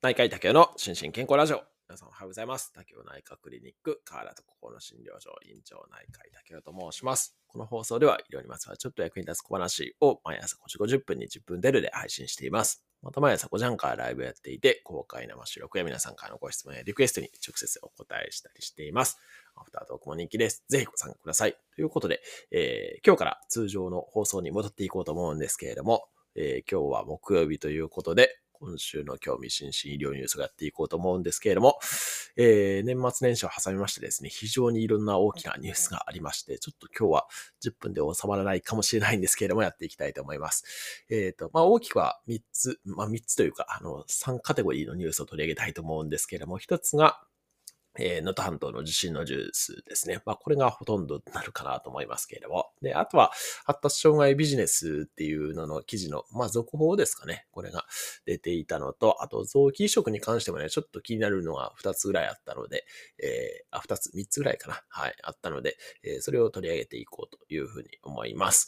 内科医竹雄の心身健康ラジオ。皆さんおはようございます。竹雄内科クリニック、河原と心の診療所、院長内科医竹雄と申します。この放送では医療にまつわるちょっと役に立つ小話を毎朝5時50分に10分出るで配信しています。また毎朝5時半からライブやっていて、公開生収録や皆さんからのご質問やリクエストに直接お答えしたりしています。アフタートークも人気です。ぜひご参加ください。ということで、今日から通常の放送に戻っていこうと思うんですけれども、今日は木曜日ということで、今週の興味津々医療ニュースをやっていこうと思うんですけれども、年末年始を挟みましてですね、非常にいろんな大きなニュースがありまして、ちょっと今日は10分で収まらないかもしれないんですけれども、やっていきたいと思います。大きくは3つ、3つというか、3カテゴリーのニュースを取り上げたいと思うんですけれども、1つが、能登半島の地震のニュースですね。これがほとんどになるかなと思いますけれども。で、あとは、発達障害ビジネスっていうのの記事の、続報ですかね。これが出ていたのと、あと、臓器移植に関してもね、ちょっと気になるのが2つぐらいあったので、3つぐらいかな。はい、あったので、それを取り上げていこうというふうに思います。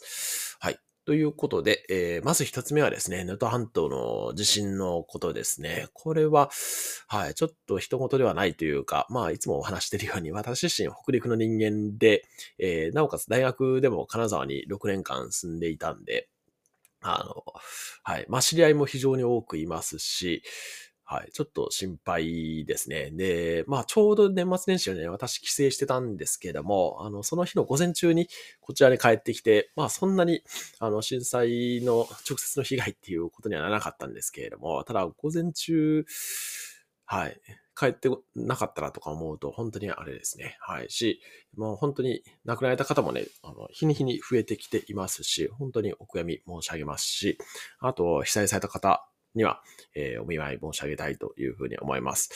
はい。ということで、まず一つ目はですね、能登半島の地震のことですね。これは、はい、ちょっと人事ではないというか、いつもお話しているように、私自身北陸の人間で、なおかつ大学でも金沢に6年間住んでいたんで、あの、はい。知り合いも非常に多くいますし、はい。ちょっと心配ですね。で、ちょうど年末年始をね、私帰省してたんですけれども、その日の午前中にこちらに帰ってきて、そんなに、震災の直接の被害っていうことにはならなかったんですけれども、ただ、午前中、はい。帰ってなかったらとか思うと、本当にあれですね。はい。もう本当に亡くなられた方もね、日に日に増えてきていますし、本当にお悔やみ申し上げますし、あと、被災された方には、お見舞い申し上げたいというふうに思います。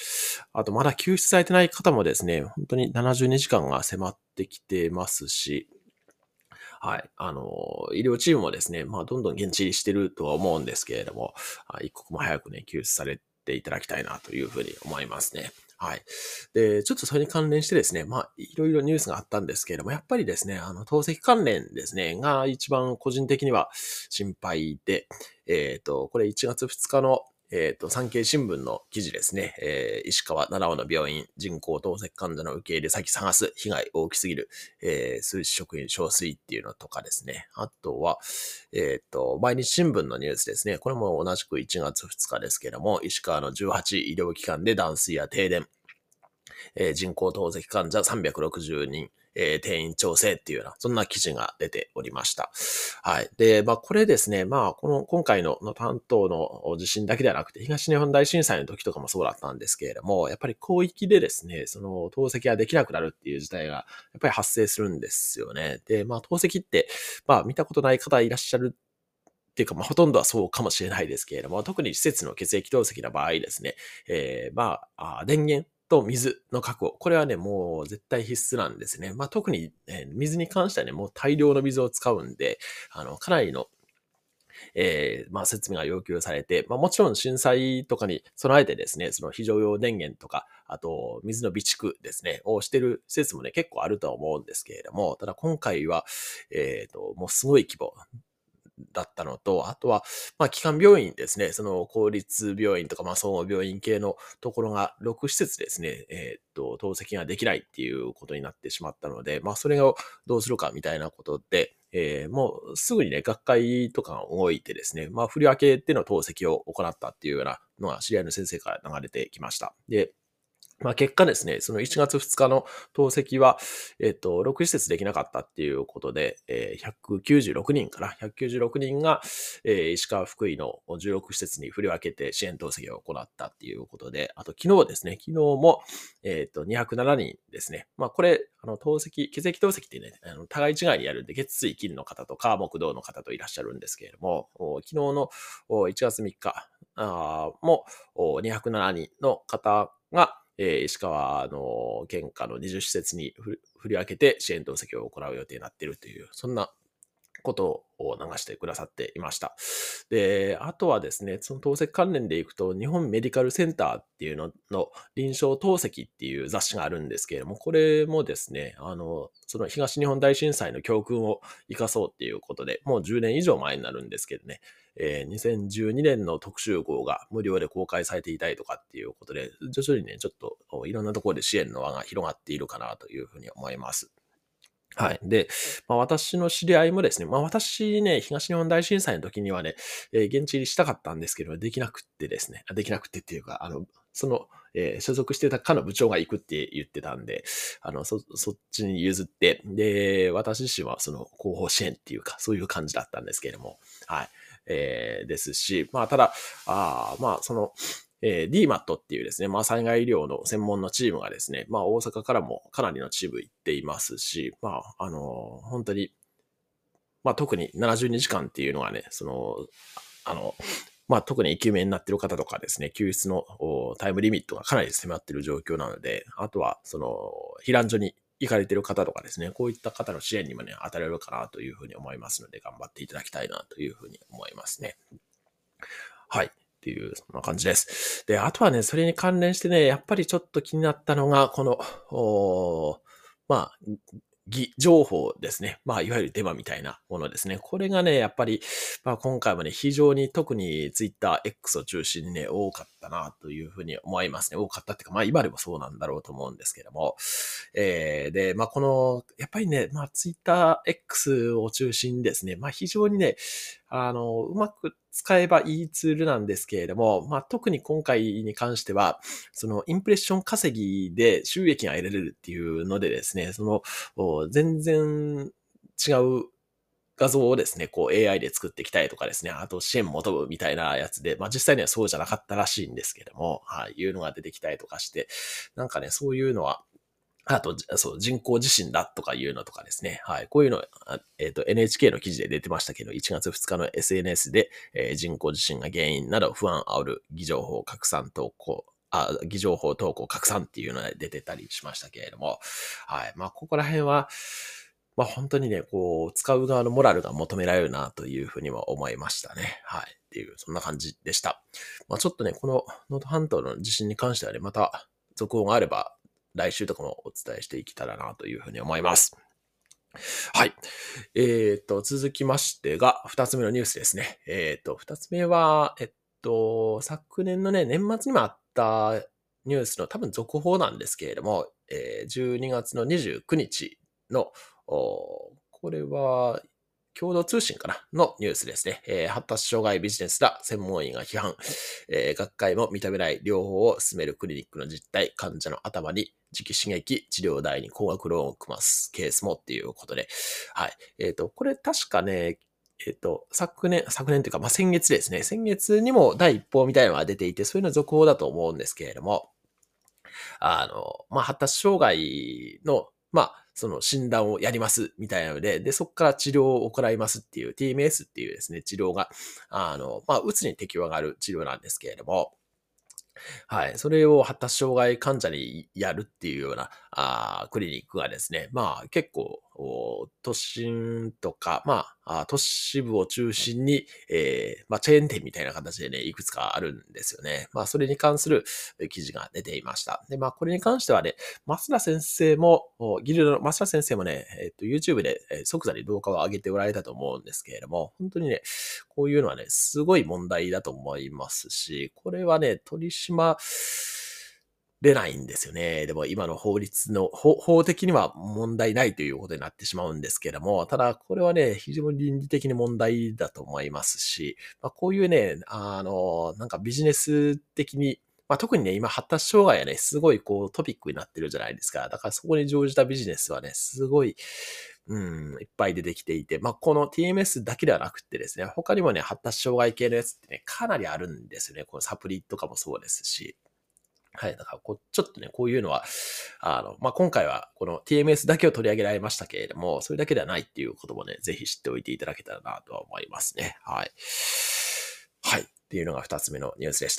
あと、まだ救出されてない方もですね、本当に72時間が迫ってきてますし、はい。医療チームもですね、どんどん現地入りしてるとは思うんですけれども、一刻も早くね、救出されていただきたいなというふうに思いますね。はい。で、ちょっとそれに関連してですね、いろいろニュースがあったんですけれども、やっぱりですね、透析関連ですね、が一番個人的には心配で、これ1月2日の産経新聞の記事ですね。石川七尾の病院、人工透析患者の受け入れ先探す、被害大きすぎる、数値職員憔悴っていうのとかですね。あとは、毎日新聞のニュースですね。これも同じく1月2日ですけども、石川の18医療機関で断水や停電、人工透析患者360人、定員調整っていうような、そんな記事が出ておりました。はい。で、これですね、今回の担当の地震だけではなくて、東日本大震災の時とかもそうだったんですけれども、やっぱり広域でですね、その透析ができなくなるっていう事態が、やっぱり発生するんですよね。で、透析って、見たことない方いらっしゃるっていうか、ほとんどはそうかもしれないですけれども、特に施設の血液透析の場合ですね、電源と水の確保。これはね、もう絶対必須なんですね。特に、水に関してはね、もう大量の水を使うんで、かなりの設備が要求されて、もちろん震災とかに備えてですね、その非常用電源とか、あと、水の備蓄ですね、をしてる施設もね、結構あるとは思うんですけれども、ただ今回は、もうすごい規模だったのと、あとは、基幹病院ですね。その公立病院とか、総合病院系のところが6施設ですね、透析ができないっていうことになってしまったので、それをどうするかみたいなことで、もうすぐにね、学会とかが動いてですね、振り分けての透析を行ったっていうようなのが知り合いの先生から流れてきました。で、結果ですね、その1月2日の透析は、6施設できなかったっていうことで、196人かな。196人が、石川福井の16施設に振り分けて支援透析を行ったっていうことで、あと昨日ですね、昨日も、207人ですね。これ、透析、血液透析ってね、互い違いにやるんで、月水金の方とか木土の方といらっしゃるんですけれども、昨日の1月3日も207人の方が、石川の県下の20施設に振り分けて支援透析を行う予定になっているという、そんなことを流してくださっていました。で、あとはですね、その透析関連でいくと、日本メディカルセンターっていうのの臨床透析っていう雑誌があるんですけれども、これもですね、その東日本大震災の教訓を生かそうっていうことで、もう10年以上前になるんですけどね、2012年の特集号が無料で公開されていたりとかっていうことで、徐々にね、ちょっといろんなところで支援の輪が広がっているかなというふうに思います。はい。で、私の知り合いもですね、私ね、東日本大震災の時にはね、現地入りしたかったんですけど、できなくってですね、できなくってっていうか、その、所属してた課の部長が行くって言ってたんで、そっちに譲って、で、私自身はその広報支援っていうか、そういう感じだったんですけれども、はい。ですし、ただ、その、DMAT っていうですね、災害医療の専門のチームがですね、大阪からもかなりのチーム行っていますし、本当に、特に72時間っていうのがね、あの、特に生き埋めになっている方とかですね、救出のタイムリミットがかなり迫っている状況なので、あとは、避難所に行かれている方とかですね、こういった方の支援にもね、当たれるかなというふうに思いますので、頑張っていただきたいなというふうに思いますね。はい。っていう、そんな感じです。で、あとはね、それに関連してね、やっぱりちょっと気になったのが、この、まあ、情報ですね。いわゆるデマみたいなものですね。これがね、やっぱり、今回もね、非常に特にツイッター X を中心にね、多かったなというふうに思いますね。多かったっていうか、今でもそうなんだろうと思うんですけども。で、この、やっぱりね、ツイッター X を中心にですね、非常にね、うまく使えばいいツールなんですけれども、特に今回に関しては、そのインプレッション稼ぎで収益が得られるっていうのでですね、全然違う画像をですね、こう AI で作ってきたりとかですね、あと支援求むみたいなやつで、実際にはそうじゃなかったらしいんですけども、はい、いうのが出てきたりとかして、なんかね、そういうのは、あと、そう、人工地震だとかいうのとかですね。はい。こういうの、NHK の記事で出てましたけど、1月2日の SNS で、人工地震が原因など不安煽る偽情報拡散投稿、偽情報投稿拡散っていうのが出てたりしましたけれども、はい。ここら辺は、本当にね、こう、使う側のモラルが求められるなというふうには思いましたね。はい。っていう、そんな感じでした。ちょっとね、この能登半島の地震に関してはね、また続報があれば、来週とかもお伝えしていけたらなというふうに思います。はい。続きましてが、二つ目のニュースですね。二つ目は、昨年のね、年末にもあったニュースの多分続報なんですけれども、12月の29日の、これは、共同通信かなのニュースですね。発達障害ビジネスら専門医が批判。学会も認めない療法を進めるクリニックの実態、患者の頭に磁気刺激、治療代に高額ローンを組ますケースもっていうことで。はい。これ確かね、昨年というか、先月ですね。先月にも第一報みたいなのが出ていて、そういうの続報だと思うんですけれども、発達障害の、その診断をやりますみたいなので、そこから治療を行いますっていう TMS っていうですね、治療が、うつに適用がある治療なんですけれども、はい。それを発達障害患者にやるっていうような、クリニックがですね、結構、都心とか、都市部を中心に、チェーン店みたいな形でね、いくつかあるんですよね。それに関する記事が出ていました。で、これに関してはね、増田先生も、ギルドの増田先生もね、YouTube で即座に動画を上げておられたと思うんですけれども、本当にね、こういうのはね、すごい問題だと思いますし、これはね、取り締まれないんですよね。でも今の法律の、法的には問題ないということになってしまうんですけども、ただこれはね、非常に倫理的に問題だと思いますし、こういうね、なんかビジネス的に特にね、今発達障害はね、すごいこうトピックになってるじゃないですか。だからそこに乗じたビジネスはね、すごい、いっぱい出てきていて、この TMS だけではなくてですね、他にもね、発達障害系のやつってね、かなりあるんですよね。このサプリとかもそうですし。はい。だからちょっとね、こういうのは、今回はこの TMS だけを取り上げられましたけれども、それだけではないっていうこともね、ぜひ知っておいていただけたらなとは思いますね。はい。はい。っていうのが二つ目のニュースでした。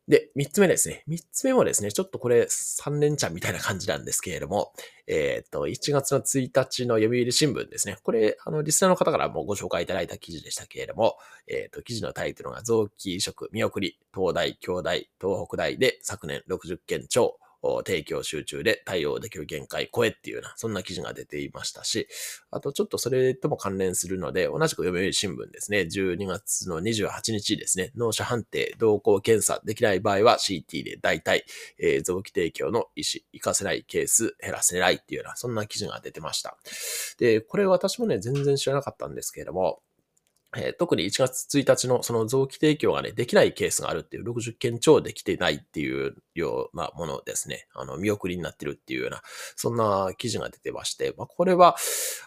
で、3つ目ですね。3つ目もですね、ちょっとこれ3連チャンみたいな感じなんですけれども、1月の1日の読売新聞ですね。これ、リスナーの方からもご紹介いただいた記事でしたけれども、記事のタイトルが臓器移植見送り、東大、京大、東北大で昨年60件超、提供集中で対応できる限界超えっていうような、そんな記事が出ていましたし、あとちょっとそれとも関連するので、同じく読売新聞ですね、12月の28日ですね、脳死判定、動向検査できない場合は CT で代替、臓器提供の意思、活かせないケース減らせないっていうような、そんな記事が出てました。で、これ私もね、全然知らなかったんですけれども、特に1月1日のその臓器提供がね、できないケースがあるっていう60件超できてないっていうようなものですね。見送りになってるっていうような、そんな記事が出てまして、これは、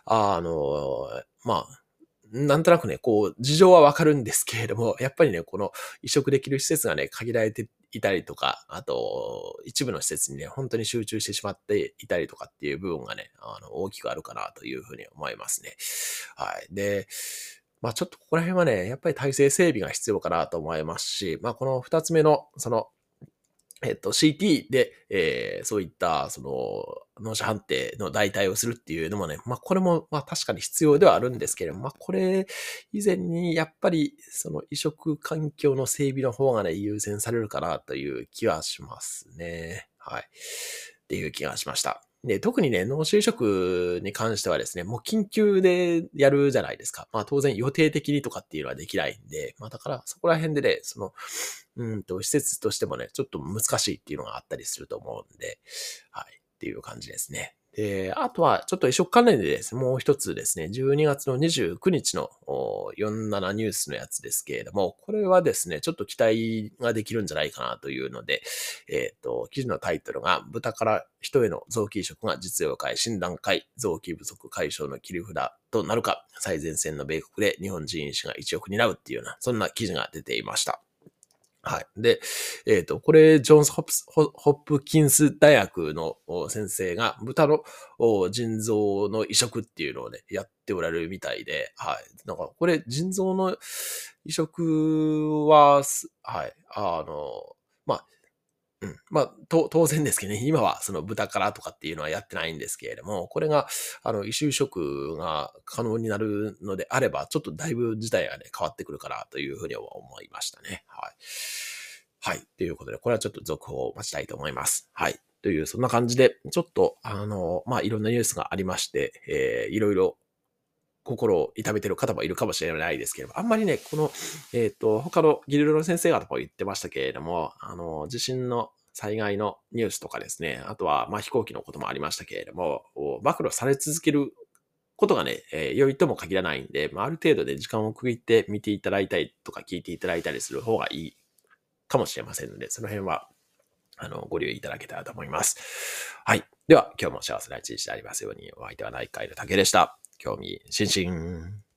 なんとなくね、事情はわかるんですけれども、やっぱりね、この移植できる施設がね、限られていたりとか、あと、一部の施設にね、本当に集中してしまっていたりとかっていう部分がね、大きくあるかなというふうに思いますね。はい。で、ちょっとここら辺はね、やっぱり体制整備が必要かなと思いますし、この二つ目の、CT で、そういった、脳死判定の代替をするっていうのもね、これも、確かに必要ではあるんですけれども、これ以前に、やっぱり、その移植環境の整備の方がね、優先されるかなという気はしますね。はい。っていう気がしました。で、特にね、脳死移植に関してはですね、もう緊急でやるじゃないですか。当然予定的にとかっていうのはできないんで、だからそこら辺でね、施設としてもね、ちょっと難しいっていうのがあったりすると思うんで、はい、っていう感じですね。で、あとは、ちょっと移植関連でですね、もう一つですね、12月の29日の47ニュースのやつですけれども、これはですね、ちょっと期待ができるんじゃないかなというので、記事のタイトルが、豚から人への臓器移植が実用化診断会、臓器不足解消の切り札となるか、最前線の米国で日本人医師が一億担うっていうような、そんな記事が出ていました。はい。で、これ、ジョンズ・ホップキンス大学の先生が豚の腎臓の移植っていうのをね、やっておられるみたいで、はい。なんか、これ、腎臓の移植は、はい。まあ、当然ですけどね、今はその豚からとかっていうのはやってないんですけれども、これが、移植移植が可能になるのであれば、ちょっとだいぶ事態がね、変わってくるかなというふうに思いましたね。はい。はい。ということで、これはちょっと続報を待ちたいと思います。はい。という、そんな感じで、ちょっと、いろんなニュースがありまして、いろいろ心を痛めてる方もいるかもしれないですけれども、あんまりね、この、他のギルドの先生方も言ってましたけれども、地震の災害のニュースとかですね、あとは、飛行機のこともありましたけれども、暴露され続けることがね、良いとも限らないんで、ある程度で時間を区切って見ていただいたりとか聞いていただいたりする方がいいかもしれませんので、その辺は、ご留意いただけたらと思います。はい。では、今日も幸せな一日でありますように、お相手は内科医の竹でした。興味津々。